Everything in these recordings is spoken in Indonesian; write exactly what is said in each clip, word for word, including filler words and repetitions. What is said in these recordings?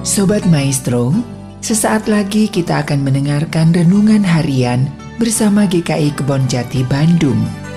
Sobat Maestro, sesaat lagi kita akan mendengarkan renungan harian bersama G K I Kebonjati Bandung.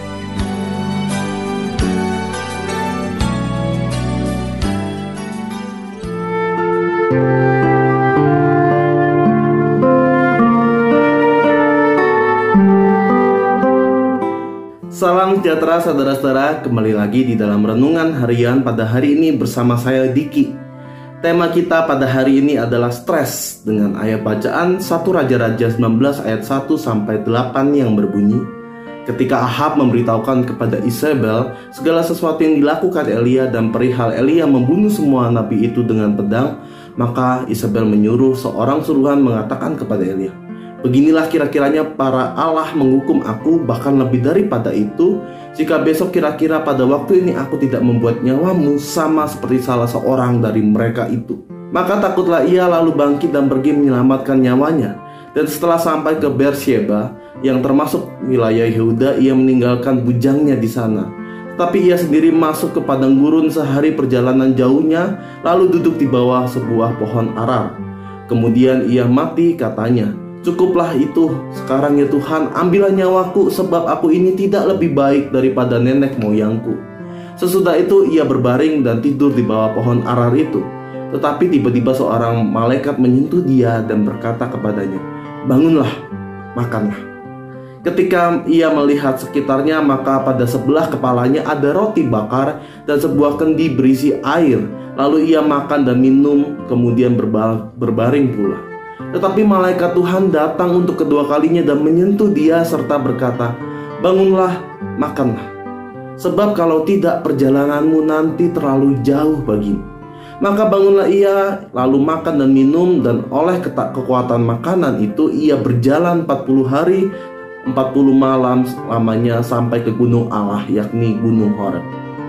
Salam sejahtera saudara-saudara, kembali lagi di dalam renungan harian pada hari ini bersama saya Diki. Tema kita pada hari ini adalah stres dengan ayat bacaan satu Raja-Raja sembilan belas ayat satu sampai delapan yang berbunyi, ketika Ahab memberitahukan kepada Isabel segala sesuatu yang dilakukan Elia dan perihal Elia membunuh semua nabi itu dengan pedang, maka Isabel menyuruh seorang suruhan mengatakan kepada Elia, beginilah kira-kiranya para Allah menghukum aku, bahkan lebih daripada itu, jika besok kira-kira pada waktu ini aku tidak membuat nyawamu sama seperti salah seorang dari mereka itu. Maka takutlah ia lalu bangkit dan pergi menyelamatkan nyawanya. Dan setelah sampai ke Beersheba yang termasuk wilayah Yehuda, ia meninggalkan bujangnya di sana. Tapi ia sendiri masuk ke padang gurun sehari perjalanan jauhnya, lalu duduk di bawah sebuah pohon arar. Kemudian ia mati, katanya, cukuplah itu, sekarang ya Tuhan, ambillah nyawaku, sebab aku ini tidak lebih baik daripada nenek moyangku. Sesudah itu ia berbaring dan tidur di bawah pohon arar itu. Tetapi tiba-tiba seorang malaikat menyentuh dia dan berkata kepadanya, bangunlah, makanlah. Ketika ia melihat sekitarnya, maka pada sebelah kepalanya ada roti bakar dan sebuah kendi berisi air. Lalu ia makan dan minum, kemudian berbaring pula. Tetapi malaikat Tuhan datang untuk kedua kalinya dan menyentuh dia serta berkata, bangunlah, makanlah. Sebab kalau tidak perjalananmu nanti terlalu jauh bagimu. Maka bangunlah ia, lalu makan dan minum, dan oleh kekuatan makanan itu ia berjalan empat puluh hari, empat puluh malam lamanya sampai ke gunung Allah, yakni gunung Horeb.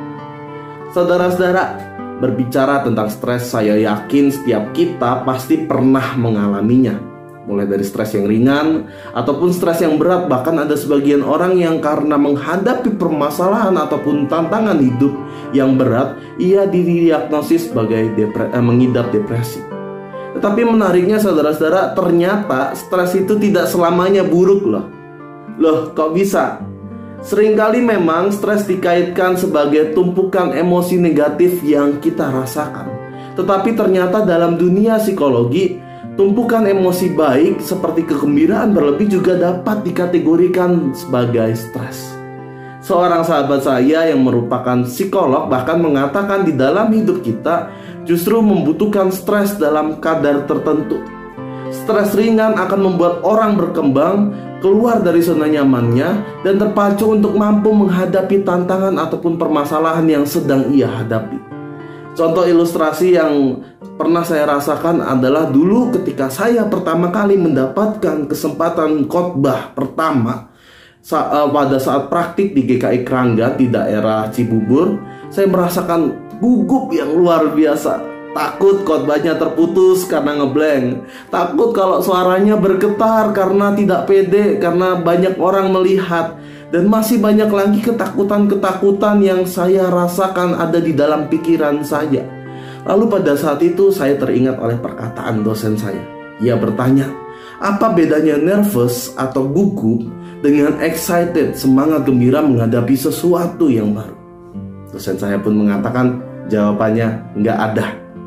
Saudara-saudara, berbicara tentang stres, saya yakin setiap kita pasti pernah mengalaminya. Mulai dari stres yang ringan ataupun stres yang berat. Bahkan ada sebagian orang yang karena menghadapi permasalahan ataupun tantangan hidup yang berat, ia didiagnosis sebagai depre- eh, mengidap depresi. Tetapi menariknya saudara-saudara, ternyata stres itu tidak selamanya buruk loh. Loh, kok bisa? Seringkali memang stres dikaitkan sebagai tumpukan emosi negatif yang kita rasakan. Tetapi ternyata dalam dunia psikologi, tumpukan emosi baik seperti kegembiraan berlebih juga dapat dikategorikan sebagai stres. Seorang sahabat saya yang merupakan psikolog bahkan mengatakan di dalam hidup kita justru membutuhkan stres dalam kadar tertentu. Stres ringan akan membuat orang berkembang, keluar dari zona nyamannya, dan terpacu untuk mampu menghadapi tantangan ataupun permasalahan yang sedang ia hadapi. Contoh ilustrasi yang pernah saya rasakan adalah dulu ketika saya pertama kali mendapatkan kesempatan khotbah pertama sa- pada saat praktik di G K I Krangga di daerah Cibubur, saya merasakan gugup yang luar biasa. Takut khotbahnya terputus karena ngeblank. Takut kalau suaranya bergetar karena tidak pede, karena banyak orang melihat. Dan masih banyak lagi ketakutan-ketakutan yang saya rasakan ada di dalam pikiran saya. Lalu pada saat itu saya teringat oleh perkataan dosen saya. Ia bertanya, apa bedanya nervous atau gugup dengan excited, semangat gembira menghadapi sesuatu yang baru? Dosen saya pun mengatakan, jawabannya nggak ada.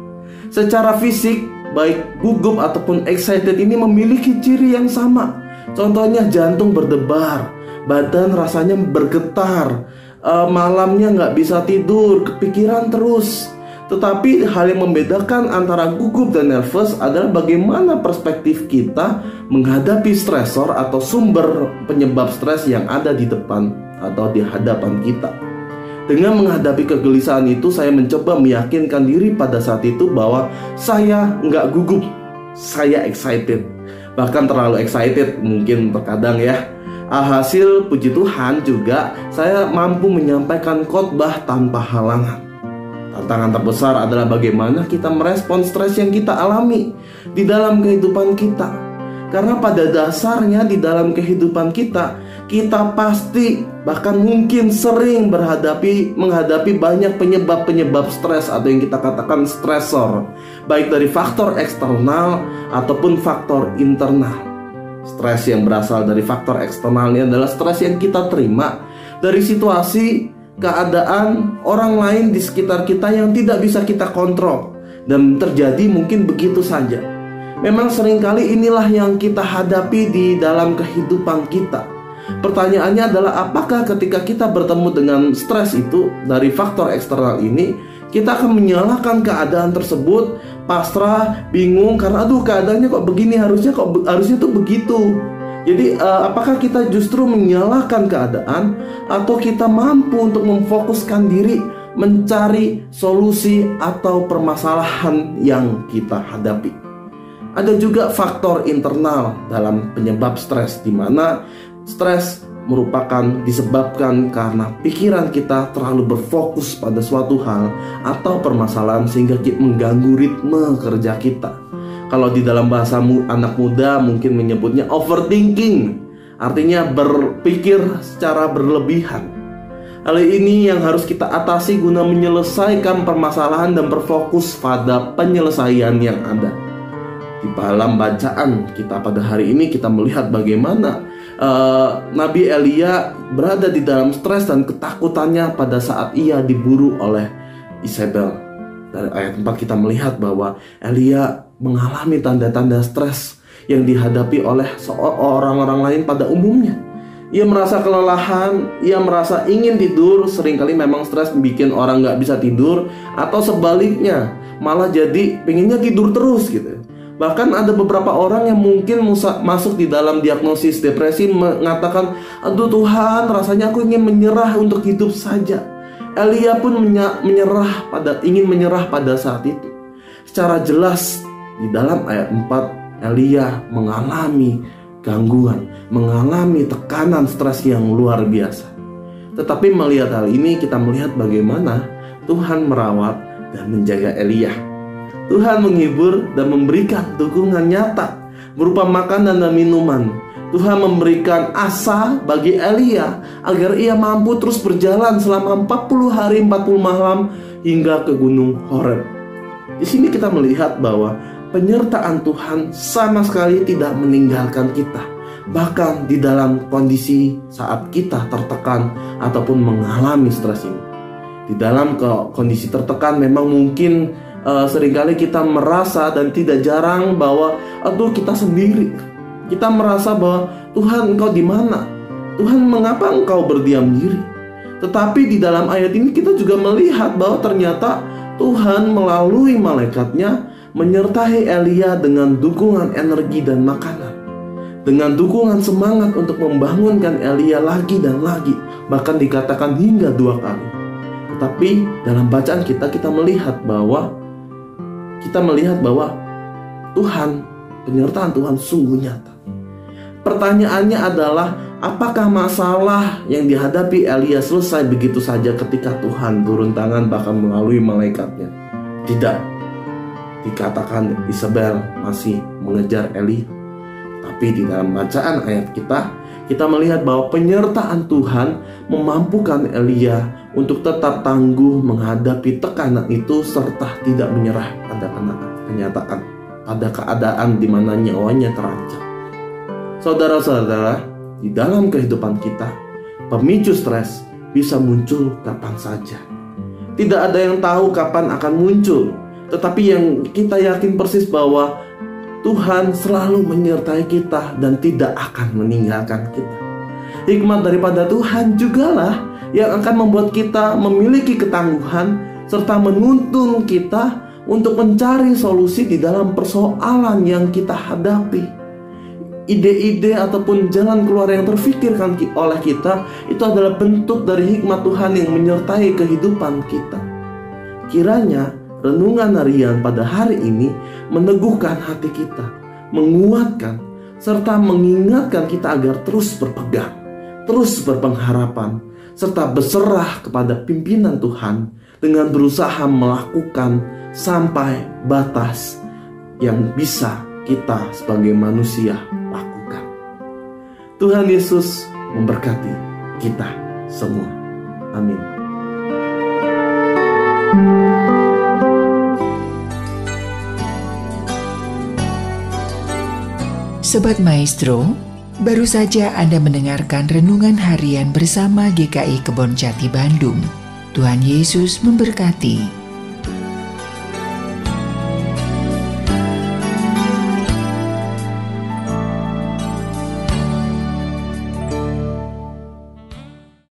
Secara fisik, baik gugup ataupun excited ini memiliki ciri yang sama. Contohnya jantung berdebar, badan rasanya bergetar, e, malamnya nggak bisa tidur, kepikiran terus. Tetapi hal yang membedakan antara gugup dan nervous adalah bagaimana perspektif kita menghadapi stresor atau sumber penyebab stres yang ada di depan atau di hadapan kita. Dengan menghadapi kegelisahan itu, saya mencoba meyakinkan diri pada saat itu bahwa saya nggak gugup, saya excited. Bahkan terlalu excited mungkin terkadang ya. Alhasil puji Tuhan juga saya mampu menyampaikan khotbah tanpa halangan. Tantangan terbesar adalah bagaimana kita merespon stres yang kita alami di dalam kehidupan kita. Karena pada dasarnya di dalam kehidupan kita kita pasti bahkan mungkin sering berhadapi menghadapi banyak penyebab-penyebab stres atau yang kita katakan stresor, baik dari faktor eksternal ataupun faktor internal. Stres yang berasal dari faktor eksternalnya adalah stres yang kita terima dari situasi, keadaan orang lain di sekitar kita yang tidak bisa kita kontrol dan terjadi mungkin begitu saja. Memang seringkali inilah yang kita hadapi di dalam kehidupan kita. Pertanyaannya adalah apakah ketika kita bertemu dengan stres itu dari faktor eksternal ini, kita akan menyalahkan keadaan tersebut, pasrah, bingung karena aduh keadaannya kok begini, harusnya kok harusnya tuh begitu. Jadi uh, apakah kita justru menyalahkan keadaan atau kita mampu untuk memfokuskan diri mencari solusi atau permasalahan yang kita hadapi? Ada juga faktor internal dalam penyebab stres, di mana stres merupakan disebabkan karena pikiran kita terlalu berfokus pada suatu hal atau permasalahan sehingga mengganggu ritme kerja kita. Kalau di dalam bahasa anak muda mungkin menyebutnya overthinking, artinya berpikir secara berlebihan. Hal ini yang harus kita atasi guna menyelesaikan permasalahan dan berfokus pada penyelesaian yang ada. Di dalam bacaan kita pada hari ini kita melihat bagaimana uh, Nabi Elia berada di dalam stres dan ketakutannya pada saat ia diburu oleh Isabel. Dari ayat empat kita melihat bahwa Elia mengalami tanda-tanda stres yang dihadapi oleh orang-orang lain pada umumnya. Ia merasa kelelahan, ia merasa ingin tidur. Seringkali memang stres bikin orang gak bisa tidur, atau sebaliknya malah jadi pengennya tidur terus gitu. Bahkan ada beberapa orang yang mungkin musa, masuk di dalam diagnosis depresi, mengatakan, aduh Tuhan, rasanya aku ingin menyerah untuk hidup saja. Elia pun menyerah pada ingin menyerah pada saat itu. Secara jelas di dalam ayat empat, Elia mengalami gangguan, mengalami tekanan stres yang luar biasa. Tetapi melihat hal ini, kita melihat bagaimana Tuhan merawat dan menjaga Elia. Tuhan menghibur dan memberikan dukungan nyata berupa makanan dan minuman. Tuhan memberikan asa bagi Elia agar ia mampu terus berjalan selama empat puluh hari empat puluh malam hingga ke gunung Horeb. Di sini kita melihat bahwa penyertaan Tuhan sama sekali tidak meninggalkan kita, bahkan di dalam kondisi saat kita tertekan ataupun mengalami stres ini. Di dalam kondisi tertekan memang mungkin Uh, seringkali kita merasa dan tidak jarang bahwa aduh kita sendiri. Kita merasa bahwa Tuhan engkau di mana? Tuhan mengapa engkau berdiam diri? Tetapi di dalam ayat ini kita juga melihat bahwa ternyata Tuhan melalui malaikatnya menyertai Elia dengan dukungan energi dan makanan, dengan dukungan semangat untuk membangunkan Elia lagi dan lagi, bahkan dikatakan hingga dua kali. Tetapi dalam bacaan kita kita melihat bahwa Kita melihat bahwa Tuhan, penyertaan Tuhan sungguh nyata. Pertanyaannya adalah, apakah masalah yang dihadapi Elia selesai begitu saja ketika Tuhan turun tangan bahkan melalui malaikatnya? Tidak. Dikatakan Isabel masih mengejar Elia. Tapi di dalam bacaan ayat kita, kita melihat bahwa penyertaan Tuhan memampukan Elia untuk tetap tangguh menghadapi tekanan itu serta tidak menyerah pada kenyataan, pada keadaan di mana nyawanya terancam. Saudara-saudara, di dalam kehidupan kita, pemicu stres bisa muncul kapan saja. Tidak ada yang tahu kapan akan muncul, tetapi yang kita yakin persis bahwa Tuhan selalu menyertai kita dan tidak akan meninggalkan kita. Hikmat daripada Tuhan jugalah yang akan membuat kita memiliki ketangguhan serta menuntun kita untuk mencari solusi di dalam persoalan yang kita hadapi. Ide-ide ataupun jalan keluar yang terfikirkan oleh kita itu adalah bentuk dari hikmat Tuhan yang menyertai kehidupan kita. Kiranya renungan harian pada hari ini meneguhkan hati kita, menguatkan, serta mengingatkan kita agar terus berpegang, terus berpengharapan, serta berserah kepada pimpinan Tuhan dengan berusaha melakukan sampai batas yang bisa kita sebagai manusia lakukan. Tuhan Yesus memberkati kita semua. Amin. Sobat Maestro, baru saja Anda mendengarkan renungan harian bersama G K I Kebon Jati Bandung. Tuhan Yesus memberkati.